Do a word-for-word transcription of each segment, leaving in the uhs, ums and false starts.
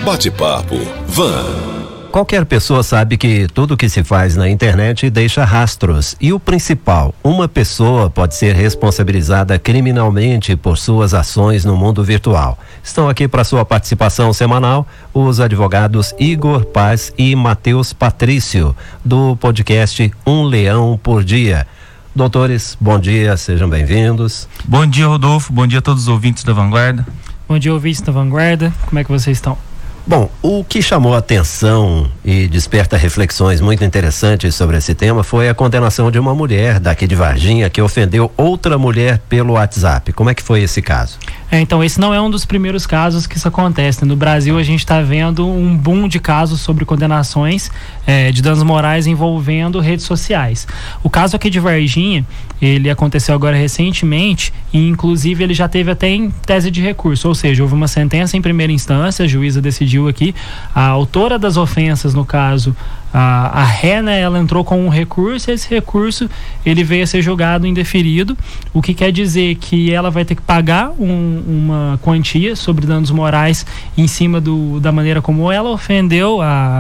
Bate-papo Van. Qualquer pessoa sabe que tudo que se faz na internet deixa rastros. E o principal, uma pessoa pode ser responsabilizada criminalmente por suas ações no mundo virtual. Estão aqui para sua participação semanal os advogados Igor Paz e Matheus Patrício, do podcast Um Leão por Dia. Doutores, bom dia, sejam bem-vindos. Bom dia, Rodolfo, bom dia a todos os ouvintes da Vanguarda. Bom dia, ouvintes da Vanguarda, como é que vocês estão? Bom, o que chamou a atenção e desperta reflexões muito interessantes sobre esse tema foi a condenação de uma mulher daqui de Varginha que ofendeu outra mulher pelo WhatsApp. Como é que foi esse caso? É, então, esse não é um dos primeiros casos que isso acontece. No Brasil, a gente está vendo um boom de casos sobre condenações é, de danos morais envolvendo redes sociais. O caso aqui de Varginha, ele aconteceu agora recentemente e, inclusive, ele já teve até em tese de recurso, ou seja, houve uma sentença em primeira instância, a juíza decidiu aqui, a autora das ofensas, no caso, a, a ré, né, ela entrou com um recurso e esse recurso ele veio a ser julgado indeferido, o que quer dizer que ela vai ter que pagar um, uma quantia sobre danos morais em cima do, da maneira como ela ofendeu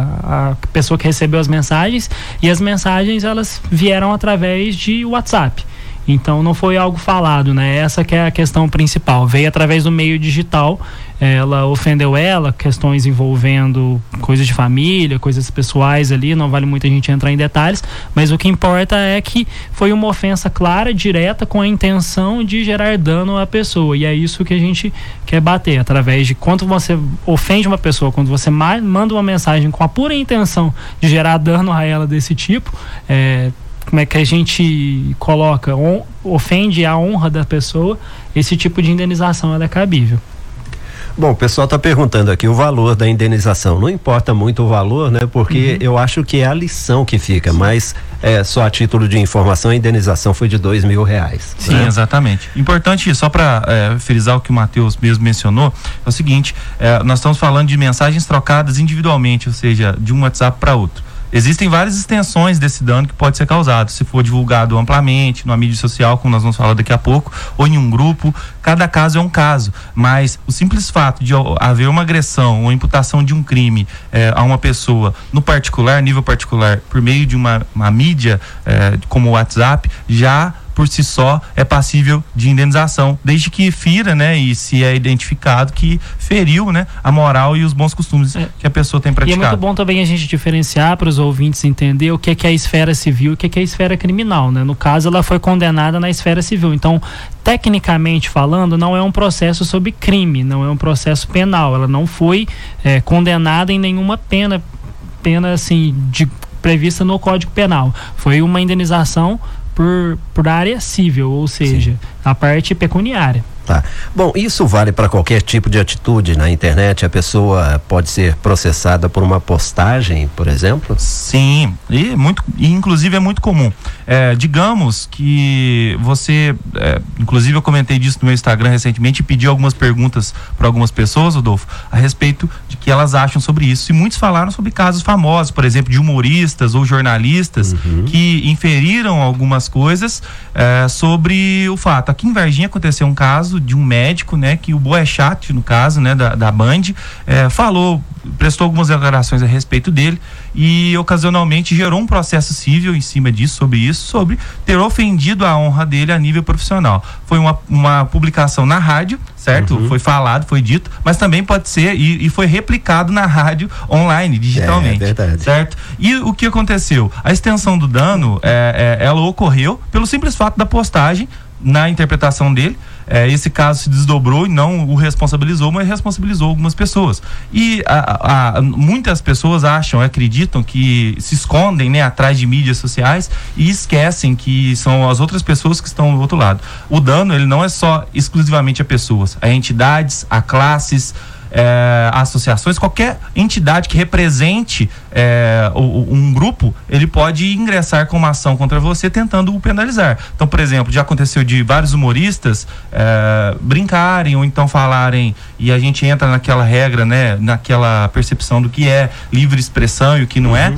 a, a pessoa que recebeu as mensagens, e as mensagens elas vieram através de WhatsApp. Então não foi algo falado, né? Essa que é a questão principal. Veio através do meio digital, ela ofendeu ela, questões envolvendo coisas de família, coisas pessoais ali, não vale muito a gente entrar em detalhes, mas o que importa é que foi uma ofensa clara, direta, com a intenção de gerar dano à pessoa, e é isso que a gente quer bater, através de quando você ofende uma pessoa, quando você manda uma mensagem com a pura intenção de gerar dano a ela desse tipo, é... como é que a gente coloca, on, ofende a honra da pessoa, esse tipo de indenização ela é cabível. Bom, o pessoal está perguntando aqui o valor da indenização. Não importa muito o valor, né? Porque uhum. eu acho que é a lição que fica, Sim. mas é, só a título de informação, a indenização foi de dois mil reais. Sim, né? Exatamente. Importante, só para é, frisar o que o Matheus mesmo mencionou, é o seguinte, é, nós estamos falando de mensagens trocadas individualmente, ou seja, de um WhatsApp para outro. Existem várias extensões desse dano que pode ser causado, se for divulgado amplamente, numa mídia social, como nós vamos falar daqui a pouco, ou em um grupo. Cada caso é um caso, mas o simples fato de haver uma agressão ou imputação de um crime eh, a uma pessoa no particular, nível particular, por meio de uma, uma mídia eh, como o WhatsApp, já por si só é passível de indenização, desde que fira, né, e se é identificado que feriu, né, a moral e os bons costumes é. que a pessoa tem praticado. E é muito bom também a gente diferenciar para os ouvintes entender o que é, que é a esfera civil e o que é, que é a esfera criminal, né? No caso, ela foi condenada na esfera civil, então, tecnicamente falando, não é um processo sobre crime, não é um processo penal, ela não foi é, condenada em nenhuma pena, pena assim, de, prevista no Código Penal, foi uma indenização Por, por área civil, ou seja, Sim. a parte pecuniária. Tá. Bom, isso vale para qualquer tipo de atitude na internet? A pessoa pode ser processada por uma postagem, por exemplo? Sim, e, muito, e inclusive é muito comum. É, digamos que você, é, inclusive eu comentei disso no meu Instagram recentemente e pedi algumas perguntas para algumas pessoas, Rodolfo, a respeito de que elas acham sobre isso. E muitos falaram sobre casos famosos, por exemplo, de humoristas ou jornalistas uhum. que inferiram algumas coisas é, sobre o fato. Aqui em Varginha aconteceu um caso de um médico, né, que o Boechat, no caso, né, da, da Band, é, falou, prestou algumas declarações a respeito dele e ocasionalmente gerou um processo civil em cima disso, sobre isso, sobre ter ofendido a honra dele a nível profissional. Foi uma, uma publicação na rádio, certo? Uhum. Foi falado, foi dito, mas também pode ser, e, e foi replicado na rádio online, digitalmente, é, verdade. Certo? E o que aconteceu? A extensão do dano, é, é, ela ocorreu pelo simples fato da postagem, na interpretação dele, é, esse caso se desdobrou e não o responsabilizou, mas responsabilizou algumas pessoas. E a, a, muitas pessoas acham, acreditam que se escondem, né, atrás de mídias sociais e esquecem que são as outras pessoas que estão do outro lado. O dano, ele não é só exclusivamente a pessoas, a entidades, a classes, É, associações, qualquer entidade que represente é, um grupo, ele pode ingressar com uma ação contra você tentando o penalizar. Então, por exemplo, já aconteceu de vários humoristas é, brincarem ou então falarem, e a gente entra naquela regra, né, naquela percepção do que é livre expressão e o que não uhum. é,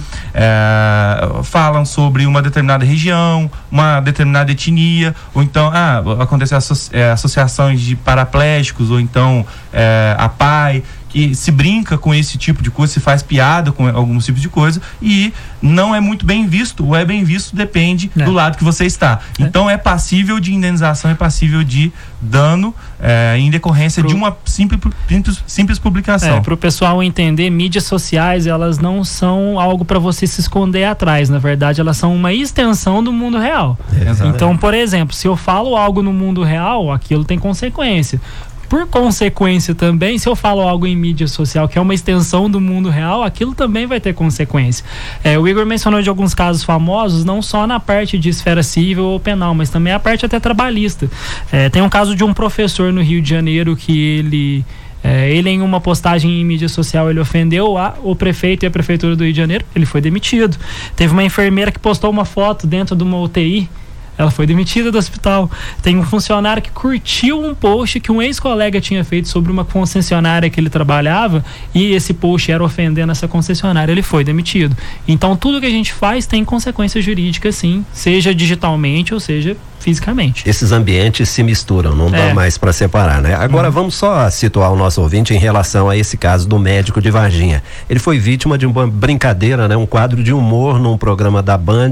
é, falam sobre uma determinada região, uma determinada etnia, ou então, ah, acontecem associa- é, associações de paraplégicos, ou então é, a P A I, e se brinca com esse tipo de coisa, se faz piada com alguns tipos de coisa e não é muito bem visto, ou é bem visto, depende é. do lado que você está. É. Então é passível de indenização, é passível de dano é, em decorrência Pro... de uma simples, simples, simples publicação. É, para o pessoal entender, mídias sociais, elas não são algo para você se esconder atrás, na verdade elas são uma extensão do mundo real. É. Então, por exemplo, se eu falo algo no mundo real, aquilo tem consequência. Por consequência também, se eu falo algo em mídia social que é uma extensão do mundo real, aquilo também vai ter consequência. É, o Igor mencionou de alguns casos famosos, não só na parte de esfera civil ou penal, mas também a parte até trabalhista. É, tem um caso de um professor no Rio de Janeiro que ele... É, ele em uma postagem em mídia social, ele ofendeu a, o prefeito e a prefeitura do Rio de Janeiro, ele foi demitido. Teve uma enfermeira que postou uma foto dentro de uma U T I, ela foi demitida do hospital. Tem um funcionário que curtiu um post que um ex-colega tinha feito sobre uma concessionária que ele trabalhava e esse post era ofendendo essa concessionária, ele foi demitido. Então tudo que a gente faz tem consequência jurídica sim, seja digitalmente ou seja fisicamente. Esses ambientes se misturam, não dá é. mais para separar, né? Agora hum. vamos só situar o nosso ouvinte em relação a esse caso do médico de Varginha. Ele foi vítima de uma brincadeira, né? Um quadro de humor num programa da Band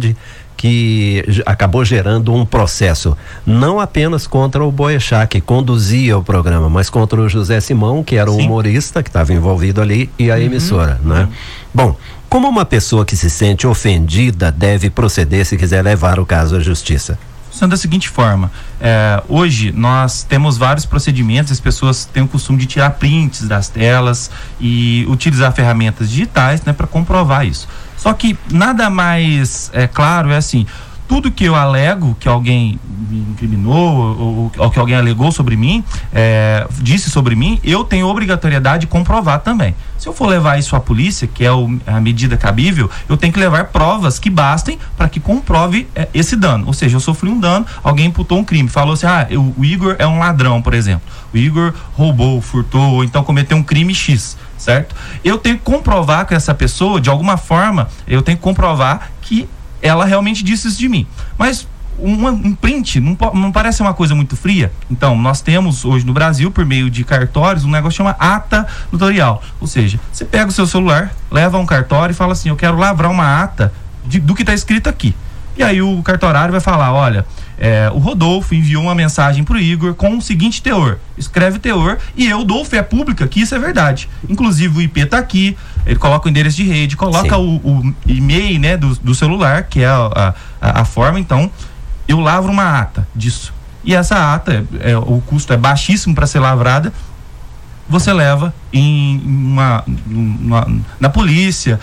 que acabou gerando um processo, não apenas contra o Boechat, que conduzia o programa, mas contra o José Simão, que era o Sim. humorista que estava envolvido ali, e a uhum. emissora, né? Uhum. Bom, como uma pessoa que se sente ofendida deve proceder se quiser levar o caso à justiça? Sendo da seguinte forma, é, hoje nós temos vários procedimentos, as pessoas têm o costume de tirar prints das telas e utilizar ferramentas digitais, né, para comprovar isso. Só que nada mais é claro, é assim, tudo que eu alego que alguém me incriminou ou, ou que alguém alegou sobre mim, é, disse sobre mim, eu tenho obrigatoriedade de comprovar também. Se eu for levar isso à polícia, que é o, a medida cabível, eu tenho que levar provas que bastem para que comprove é, esse dano. Ou seja, eu sofri um dano, alguém imputou um crime, falou assim, ah, eu, o Igor é um ladrão, por exemplo. O Igor roubou, furtou, ou então cometeu um crime X, certo? Eu tenho que comprovar que essa pessoa, de alguma forma, eu tenho que comprovar que ela realmente disse isso de mim. Mas um, um print não, não parece uma coisa muito fria? Então, nós temos hoje no Brasil, por meio de cartórios, um negócio que chama ata notarial. Ou seja, você pega o seu celular, leva a um cartório e fala assim, eu quero lavrar uma ata de, do que está escrito aqui. E aí o cartorário vai falar, olha, é, o Rodolfo enviou uma mensagem pro Igor com o seguinte teor, escreve teor e eu dou fé pública que isso é verdade. Inclusive o I P tá aqui, ele coloca o endereço de rede, coloca o, o e-mail, né, do, do celular, que é a, a, a forma, então eu lavro uma ata disso. E essa ata, é, o custo é baixíssimo para ser lavrada, você leva em uma, uma, na polícia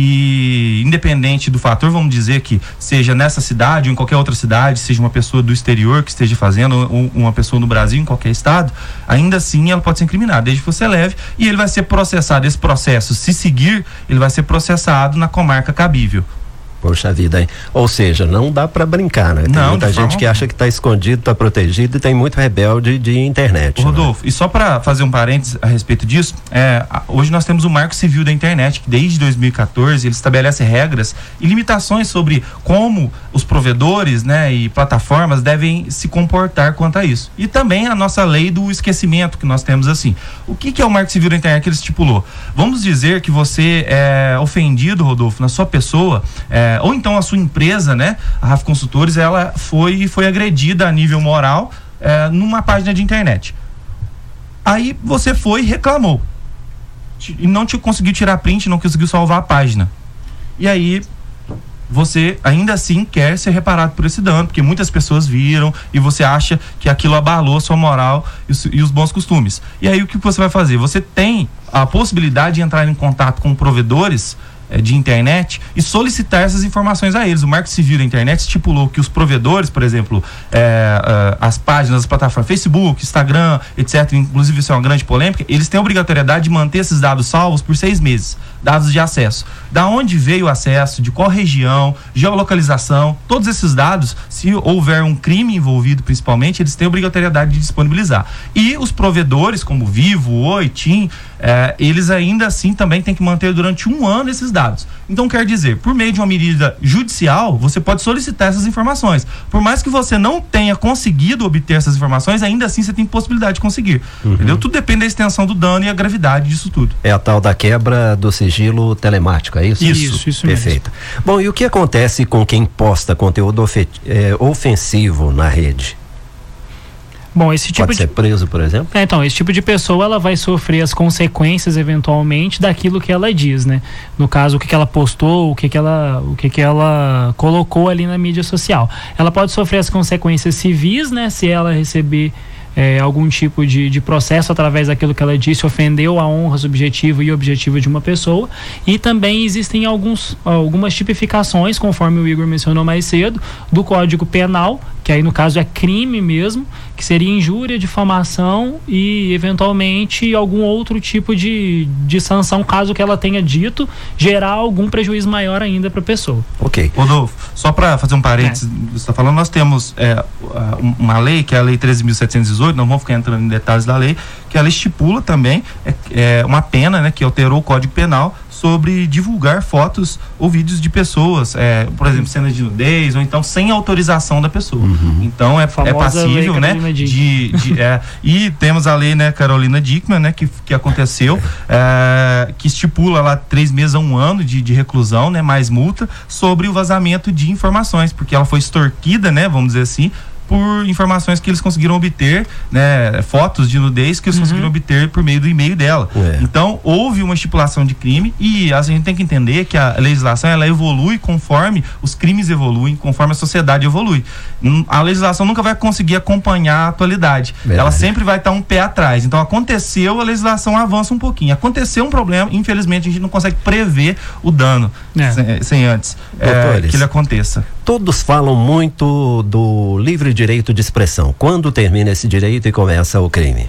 e independente do fator, vamos dizer que seja nessa cidade ou em qualquer outra cidade, seja uma pessoa do exterior que esteja fazendo ou uma pessoa no Brasil, em qualquer estado, ainda assim ela pode ser incriminada, desde que você leve e ele vai ser processado, esse processo, se seguir, ele vai ser processado na comarca cabível. Poxa vida, hein? Ou seja, não dá pra brincar, né? Tem não, muita gente que acha que tá escondido, tá protegido e tem muito rebelde de internet. Rodolfo, né? E só para fazer um parênteses a respeito disso, é, hoje nós temos o Marco Civil da Internet, que desde dois mil e quatorze ele estabelece regras e limitações sobre como os provedores, né, e plataformas devem se comportar quanto a isso. E também a nossa lei do esquecimento que nós temos assim. O que que é o Marco Civil da Internet que ele estipulou? Vamos dizer que você é ofendido, Rodolfo, na sua pessoa, é, ou então a sua empresa, né, a R A F Consultores, ela foi, foi agredida a nível moral é, numa página de internet. Aí você foi e reclamou. E não te conseguiu tirar print, não conseguiu salvar a página. E aí você ainda assim quer ser reparado por esse dano, porque muitas pessoas viram e você acha que aquilo abalou a sua moral e os, e os bons costumes. E aí o que você vai fazer? Você tem a possibilidade de entrar em contato com provedores de internet e solicitar essas informações a eles. O Marco Civil da Internet estipulou que os provedores, por exemplo, é, é, as páginas, as plataformas Facebook, Instagram, etcétera, inclusive isso é uma grande polêmica, eles têm a obrigatoriedade de manter esses dados salvos por seis meses, dados de acesso. Da onde veio o acesso, de qual região, geolocalização, todos esses dados, se houver um crime envolvido principalmente, eles têm a obrigatoriedade de disponibilizar. E os provedores, como Vivo, Oi, TIM, é, eles ainda assim também têm que manter durante um ano esses dados. Então quer dizer, por meio de uma medida judicial, você pode solicitar essas informações. Por mais que você não tenha conseguido obter essas informações, ainda assim você tem possibilidade de conseguir. Uhum. Entendeu? Tudo depende da extensão do dano e a gravidade disso tudo. É a tal da quebra do sigilo telemático, é isso? Isso, isso, isso Perfeito. Mesmo. Bom, e o que acontece com quem posta conteúdo ofe- é, ofensivo na rede? Bom, esse tipo Pode de... ser preso, por exemplo? É, então, esse tipo de pessoa, ela vai sofrer as consequências, eventualmente, daquilo que ela diz, né? No caso, o que, que ela postou, o que, que ela, o que, que ela colocou ali na mídia social. Ela pode sofrer as consequências civis, né? Se ela receber é, algum tipo de, de processo através daquilo que ela disse, ofendeu a honra subjetiva e objetiva de uma pessoa. E também existem alguns, algumas tipificações, conforme o Igor mencionou mais cedo, do Código Penal, que aí no caso é crime mesmo, que seria injúria, difamação e eventualmente algum outro tipo de, de sanção, caso que ela tenha dito, gerar algum prejuízo maior ainda para a pessoa. Ok. Rodolfo, só para fazer um parênteses, é. você está falando, nós temos é, uma lei, que é a Lei treze mil setecentos e dezoito, não vamos ficar entrando em detalhes da lei, que ela estipula também é, é, uma pena, né, que alterou o Código Penal sobre divulgar fotos ou vídeos de pessoas, é, por exemplo, cenas de nudez, ou então sem autorização da pessoa. Uhum. Então é, é passível, né? De, de, é, e temos a lei, né, Carolina Dickmann, né, que, que aconteceu, é, que estipula lá três meses a um ano de, de reclusão, né, mais multa, sobre o vazamento de informações, porque ela foi extorquida, né, vamos dizer assim, por informações que eles conseguiram obter, né, fotos de nudez que eles uhum. conseguiram obter por meio do e-mail dela. É. Então, houve uma estipulação de crime e a gente tem que entender que a legislação, ela evolui conforme os crimes evoluem, conforme a sociedade evolui. A legislação nunca vai conseguir acompanhar a atualidade. Verdade. Ela sempre vai estar um pé atrás. Então, aconteceu, a legislação avança um pouquinho. Aconteceu um problema, infelizmente, a gente não consegue prever o dano é. sem, sem antes é, que ele aconteça. Todos falam muito do livre direito de expressão. Quando termina esse direito e começa o crime?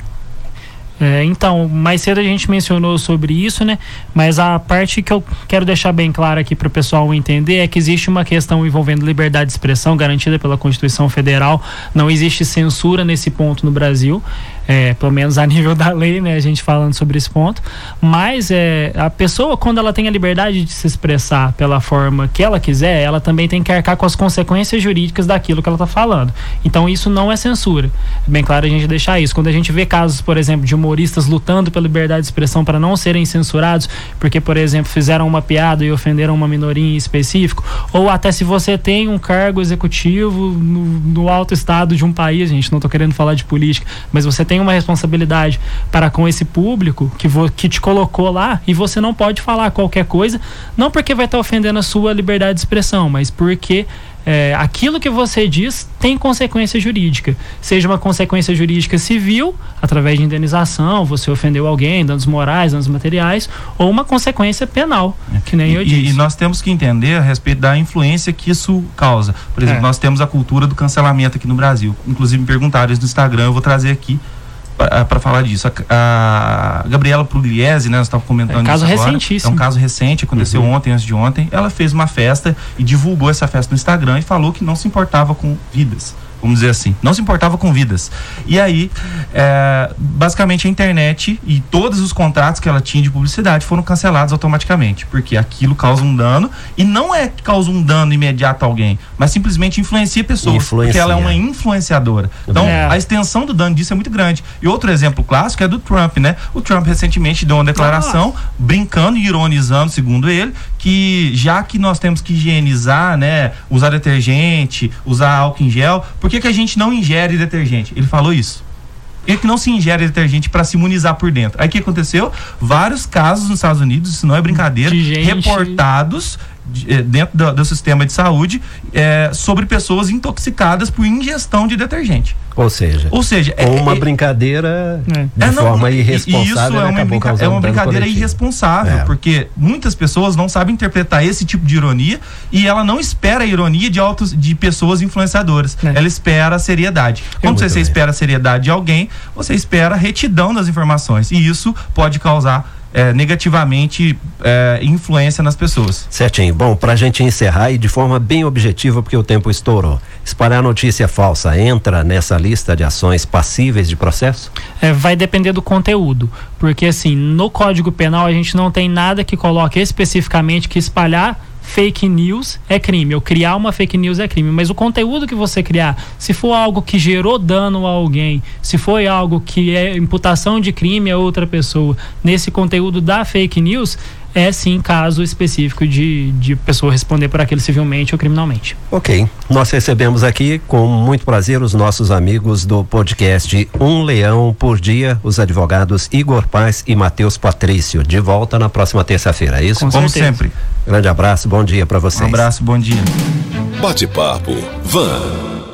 É, então, mais cedo a gente mencionou sobre isso, né? Mas a parte que eu quero deixar bem clara aqui para o pessoal entender é que existe uma questão envolvendo liberdade de expressão garantida pela Constituição Federal. Não existe censura nesse ponto no Brasil. É, pelo menos a nível da lei, né, a gente falando sobre esse ponto, mas é, a pessoa, quando ela tem a liberdade de se expressar pela forma que ela quiser, ela também tem que arcar com as consequências jurídicas daquilo que ela está falando. Então isso não é censura, é bem claro a gente deixar isso. Quando a gente vê casos, por exemplo, de humoristas lutando pela liberdade de expressão para não serem censurados, porque, por exemplo, fizeram uma piada e ofenderam uma minoria em específico, ou até se você tem um cargo executivo no, no alto estado de um país, gente, não estou querendo falar de política, mas você tem uma responsabilidade para com esse público que, vo, que te colocou lá, e você não pode falar qualquer coisa, não porque vai estar ofendendo a sua liberdade de expressão, mas porque é, aquilo que você diz tem consequência jurídica, seja uma consequência jurídica civil, através de indenização, você ofendeu alguém, danos morais, danos materiais, ou uma consequência penal, que nem e, eu disse. E nós temos que entender a respeito da influência que isso causa. Por exemplo, é. nós temos a cultura do cancelamento aqui no Brasil. Inclusive me perguntaram isso no Instagram, eu vou trazer aqui para falar disso. A, a Gabriela Pugliese, né, nós estávamos comentando é um caso isso agora. recentíssimo. É um caso recente, aconteceu uhum. ontem, antes de ontem. Ela fez uma festa e divulgou essa festa no Instagram e falou que não se importava com vidas. Vamos dizer assim, não se importava com vidas. E aí, é, basicamente a internet e todos os contratos que ela tinha de publicidade foram cancelados automaticamente, porque aquilo causa um dano, e não é que causa um dano imediato a alguém, mas simplesmente influencia pessoas, influencia. Porque ela é uma influenciadora. Então, é. a extensão do dano disso é muito grande. E outro exemplo clássico é do Trump, né? O Trump recentemente deu uma declaração, Nossa. brincando e ironizando, segundo ele, que já que nós temos que higienizar, né, usar detergente, usar álcool em gel, por que que a gente não ingere detergente? Ele falou isso. Ele que não se ingere detergente para se imunizar por dentro. Aí o que aconteceu? Vários casos nos Estados Unidos, isso não é brincadeira, reportados de, dentro do, do sistema de saúde é, sobre pessoas intoxicadas por ingestão de detergente. Ou seja, Ou seja é, uma é, brincadeira é. de é, não, forma irresponsável. Isso é uma, brinca, é uma brincadeira irresponsável, é. porque muitas pessoas não sabem interpretar esse tipo de ironia, e ela não espera a ironia de, autos, de pessoas influenciadoras. É. Ela espera a seriedade. Quando você, você espera a seriedade de alguém, você espera a retidão das informações. E isso pode causar é, negativamente é, influência nas pessoas. Certinho. Bom, pra gente encerrar e de forma bem objetiva, porque o tempo estourou. Espalhar notícia falsa entra nessa lista de ações passíveis de processo? É, vai depender do conteúdo, porque assim, no Código Penal a gente não tem nada que coloque especificamente que espalhar fake news é crime, ou criar uma fake news é crime, mas o conteúdo que você criar, se for algo que gerou dano a alguém, se foi algo que é imputação de crime a outra pessoa, nesse conteúdo da fake news, é sim caso específico de, de pessoa responder por aquilo civilmente ou criminalmente. Ok, nós recebemos aqui com muito prazer os nossos amigos do podcast Um Leão por Dia, os advogados Igor Paz e Matheus Patrício, de volta na próxima terça-feira, é isso? Com Como certeza. sempre. Grande abraço, bom dia para vocês. Um abraço, bom dia. Bate-papo Van.